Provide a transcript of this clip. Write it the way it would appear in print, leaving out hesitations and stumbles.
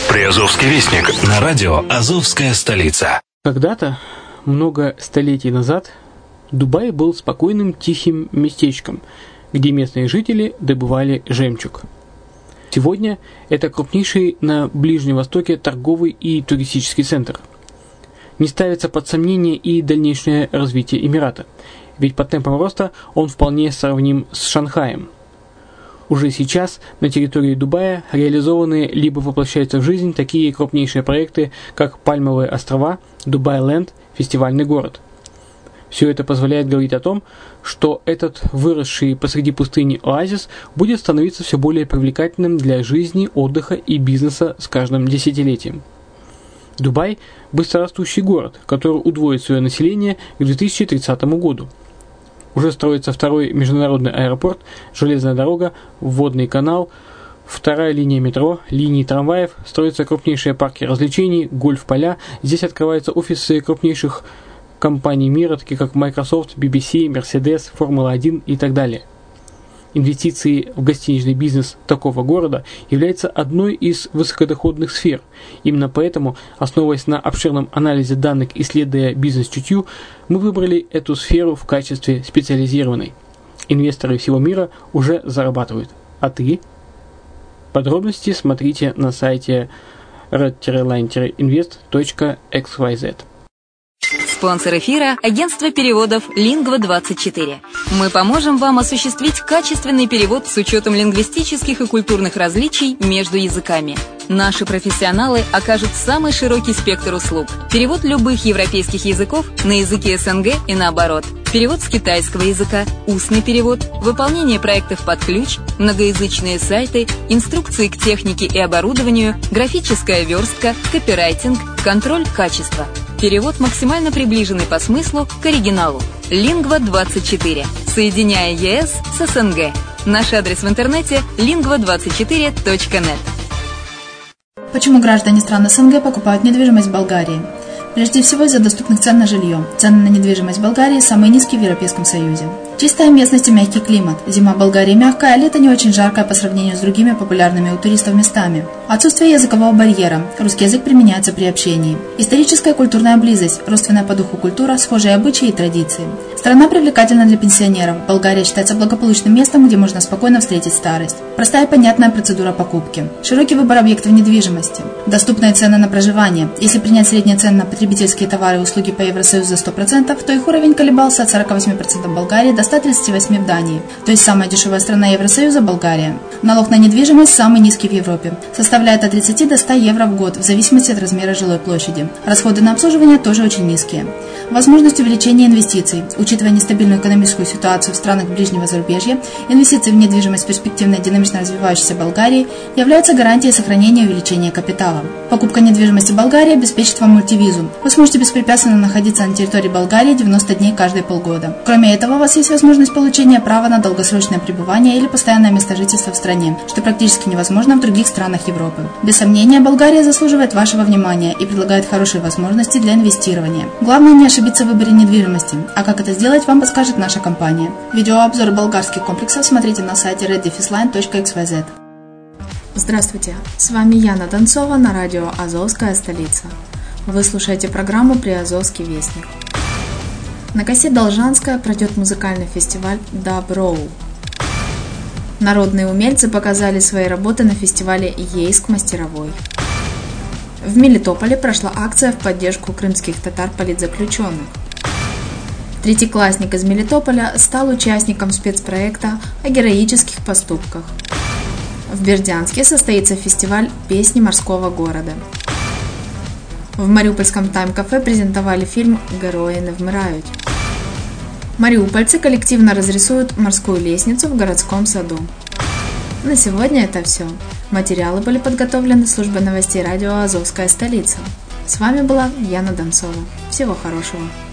Приазовский вестник на радио «Азовская столица». Когда-то, много столетий назад, Дубай был спокойным тихим местечком, где местные жители добывали жемчуг. Сегодня это крупнейший на Ближнем Востоке торговый и туристический центр. Не ставится под сомнение и дальнейшее развитие Эмирата, ведь по темпам роста он вполне сравним с Шанхаем. Уже сейчас на территории Дубая реализованы либо воплощаются в жизнь такие крупнейшие проекты, как Пальмовые острова, Дубай-Ленд, фестивальный город. Все это позволяет говорить о том, что этот выросший посреди пустыни оазис будет становиться все более привлекательным для жизни, отдыха и бизнеса с каждым десятилетием. Дубай – быстрорастущий город, который удвоит свое население к 2030 году. Уже строится второй международный аэропорт, железная дорога, водный канал, вторая линия метро, линии трамваев, строятся крупнейшие парки развлечений, гольф-поля. Здесь открываются офисы крупнейших компаний мира, таких как Microsoft, BBC, Mercedes, Формула-1 и так далее. Инвестиции в гостиничный бизнес такого города являются одной из высокодоходных сфер. Именно поэтому, основываясь на обширном анализе данных, исследуя бизнес-чутью, мы выбрали эту сферу в качестве специализированной. Инвесторы всего мира уже зарабатывают. А ты? Подробности смотрите на сайте red-line-invest.xyz. Спонсор эфира – агентство переводов Lingva24. Мы поможем вам осуществить качественный перевод с учетом лингвистических и культурных различий между языками. Наши профессионалы окажут самый широкий спектр услуг. Перевод любых европейских языков на языки СНГ и наоборот. Перевод с китайского языка, устный перевод, выполнение проектов под ключ, многоязычные сайты, инструкции к технике и оборудованию, графическая верстка, копирайтинг, контроль качества. Перевод максимально приближенный по смыслу к оригиналу. Lingva24. Соединяя ЕС с СНГ. Наш адрес в интернете lingva24.net. Почему граждане стран СНГ покупают недвижимость в Болгарии? Прежде всего из-за доступных цен на жилье. Цены на недвижимость в Болгарии самые низкие в Европейском Союзе. Чистая местность и мягкий климат. Зима в Болгарии мягкая, а лето не очень жаркое по сравнению с другими популярными у туристов местами. Отсутствие языкового барьера. Русский язык применяется при общении. Историческая и культурная близость. Родственная по духу культура, схожие обычаи и традиции. Страна привлекательна для пенсионеров. Болгария считается благополучным местом, где можно спокойно встретить старость. Простая и понятная процедура покупки. Широкий выбор объектов недвижимости. Доступные цены на проживание. Если принять средние цены на потребительские товары и услуги по Евросоюзу за 100%, то их уровень колебался от 48% в Болгарии до 138% в Дании. То есть самая дешевая страна Евросоюза – Болгария. Налог на недвижимость самый низкий в Европе. Составляет от 30 до 100 евро в год, в зависимости от размера жилой площади. Расходы на обслуживание тоже очень низкие. Возможность увеличения инвестиций. Учитывая нестабильную экономическую ситуацию в странах ближнего зарубежья, инвестиции в недвижимость в перспективной динамично развивающейся Болгарии являются гарантией сохранения и увеличения капитала. Покупка недвижимости в Болгарии обеспечит вам мультивизу. Вы сможете беспрепятственно находиться на территории Болгарии 90 дней каждые полгода. Кроме этого, у вас есть возможность получения права на долгосрочное пребывание или постоянное место жительства в стране, что практически невозможно в других странах Европы. Без сомнения, Болгария заслуживает вашего внимания и предлагает хорошие возможности для инвестирования. Главное не ошибиться в выборе недвижимости, а как это сделать, вам подскажет наша компания. Видеообзор болгарских комплексов смотрите на сайте red-line.xyz. Здравствуйте, с вами Яна Донцова на радио «Азовская столица». Вы слушаете программу «Приазовский вестник». На косе Должанская пройдет музыкальный фестиваль «Даброу». Народные умельцы показали свои работы на фестивале «Ейск мастеровой». В Мелитополе прошла акция в поддержку крымских татар-политзаключенных. Третьеклассник из Мелитополя стал участником спецпроекта о героических поступках. В Бердянске состоится фестиваль «Песни морского города». В Мариупольском тайм-кафе презентовали фильм «Герої не вмирають». Мариупольцы коллективно разрисуют морскую лестницу в городском саду. На сегодня это все. Материалы были подготовлены службой новостей радио «Азовская столица». С вами была Яна Донцова. Всего хорошего.